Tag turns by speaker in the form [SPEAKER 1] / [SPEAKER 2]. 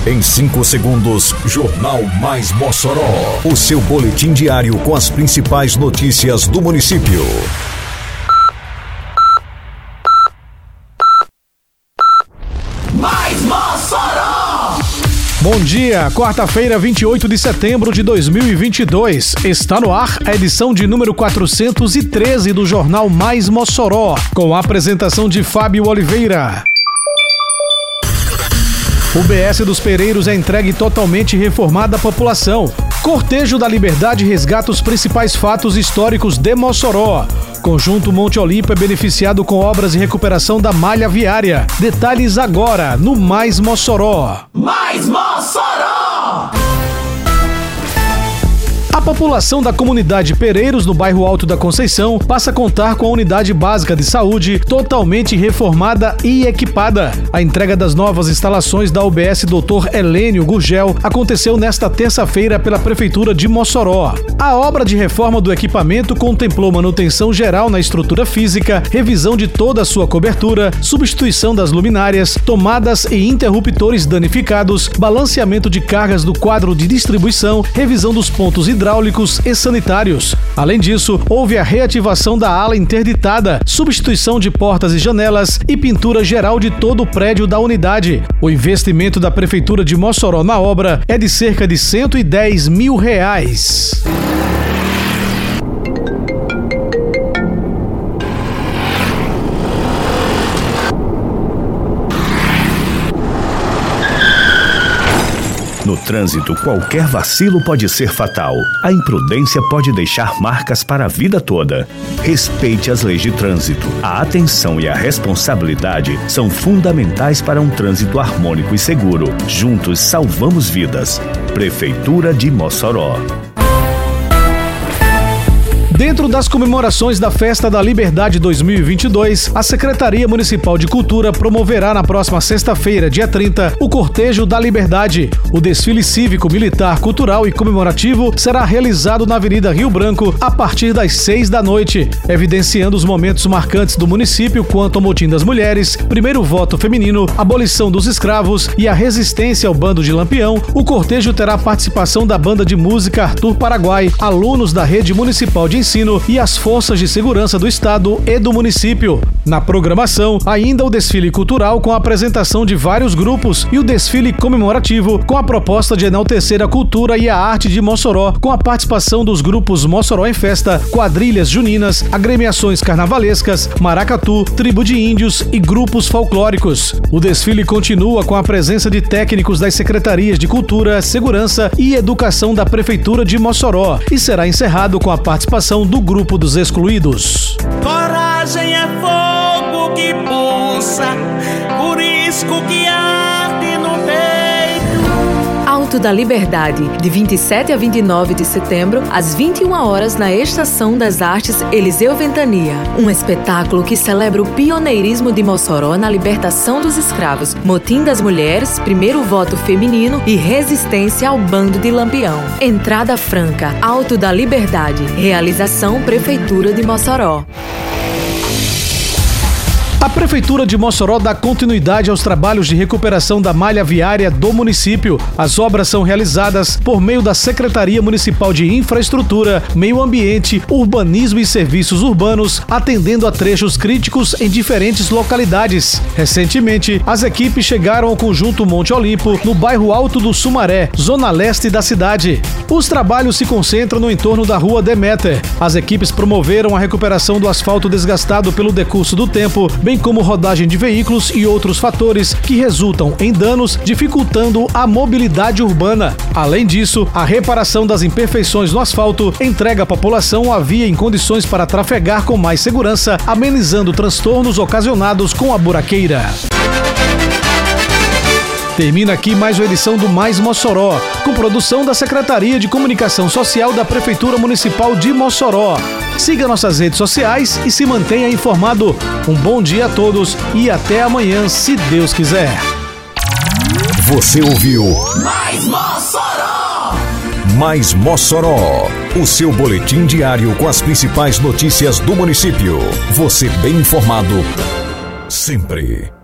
[SPEAKER 1] Em 5 segundos, Jornal Mais Mossoró. O seu boletim diário com as principais notícias do município.
[SPEAKER 2] Mais Mossoró!
[SPEAKER 3] Bom dia, quarta-feira, 28 de setembro de 2022. Está no ar a edição de número 413 do Jornal Mais Mossoró, com a apresentação de Fábio Oliveira. O BS dos Pereiros é entregue totalmente reformada à população. Cortejo da Liberdade resgata os principais fatos históricos de Mossoró. Conjunto Monte Olimpo é beneficiado com obras de recuperação da malha viária. Detalhes agora no Mais Mossoró.
[SPEAKER 2] Mais Mossoró!
[SPEAKER 3] A população da comunidade Pereiros, no bairro Alto da Conceição, passa a contar com a unidade básica de saúde totalmente reformada e equipada. A entrega das novas instalações da UBS Dr. Helênio Gurgel aconteceu nesta terça-feira pela Prefeitura de Mossoró. A obra de reforma do equipamento contemplou manutenção geral na estrutura física, revisão de toda a sua cobertura, substituição das luminárias, tomadas e interruptores danificados, balanceamento de cargas do quadro de distribuição, revisão dos pontos hidráulicos e sanitários. Além disso, houve a reativação da ala interditada, substituição de portas e janelas e pintura geral de todo o prédio da unidade. O investimento da Prefeitura de Mossoró na obra é de cerca de R$110 mil.
[SPEAKER 4] No trânsito, qualquer vacilo pode ser fatal. A imprudência pode deixar marcas para a vida toda. Respeite as leis de trânsito. A atenção e a responsabilidade são fundamentais para um trânsito harmônico e seguro. Juntos salvamos vidas. Prefeitura de Mossoró.
[SPEAKER 3] Dentro das comemorações da Festa da Liberdade 2022, a Secretaria Municipal de Cultura promoverá na próxima sexta-feira, dia 30, o Cortejo da Liberdade. O desfile cívico, militar, cultural e comemorativo será realizado na Avenida Rio Branco a partir das 6 da noite, evidenciando os momentos marcantes do município quanto ao motim das mulheres, primeiro voto feminino, abolição dos escravos e a resistência ao bando de Lampião. O cortejo terá a participação da banda de música Arthur Paraguai, alunos da Rede Municipal de Ensino e as forças de segurança do estado e do município. Na programação, ainda o desfile cultural com a apresentação de vários grupos e o desfile comemorativo com a proposta de enaltecer a cultura e a arte de Mossoró, com a participação dos grupos Mossoró em Festa, quadrilhas juninas, agremiações carnavalescas, maracatu, tribo de índios e grupos folclóricos. O desfile continua com a presença de técnicos das secretarias de Cultura, Segurança e Educação da Prefeitura de Mossoró e será encerrado com a participação do Grupo dos Excluídos.
[SPEAKER 2] Coragem é fogo que pulsa, por isso que arde no peito.
[SPEAKER 5] Alto da Liberdade, de 27 a 29 de setembro, às 21 horas na Estação das Artes Eliseu Ventania. Um espetáculo que celebra o pioneirismo de Mossoró na libertação dos escravos, motim das mulheres, primeiro voto feminino e resistência ao bando de Lampião. Entrada franca, Alto da Liberdade. Realização Prefeitura de Mossoró.
[SPEAKER 3] A Prefeitura de Mossoró dá continuidade aos trabalhos de recuperação da malha viária do município. As obras são realizadas por meio da Secretaria Municipal de Infraestrutura, Meio Ambiente, Urbanismo e Serviços Urbanos, atendendo a trechos críticos em diferentes localidades. Recentemente, as equipes chegaram ao Conjunto Monte Olimpo, no bairro Alto do Sumaré, zona leste da cidade. Os trabalhos se concentram no entorno da Rua Deméter. As equipes promoveram a recuperação do asfalto desgastado pelo decurso do tempo, bem como rodagem de veículos e outros fatores que resultam em danos, dificultando a mobilidade urbana. Além disso, a reparação das imperfeições no asfalto entrega à população a via em condições para trafegar com mais segurança, amenizando transtornos ocasionados com a buraqueira. Termina aqui mais uma edição do Mais Mossoró, com produção da Secretaria de Comunicação Social da Prefeitura Municipal de Mossoró. Siga nossas redes sociais e se mantenha informado. Um bom dia a todos e até amanhã, se Deus quiser.
[SPEAKER 1] Você ouviu
[SPEAKER 2] Mais Mossoró!
[SPEAKER 1] Mais Mossoró, o seu boletim diário com as principais notícias do município. Você bem informado sempre.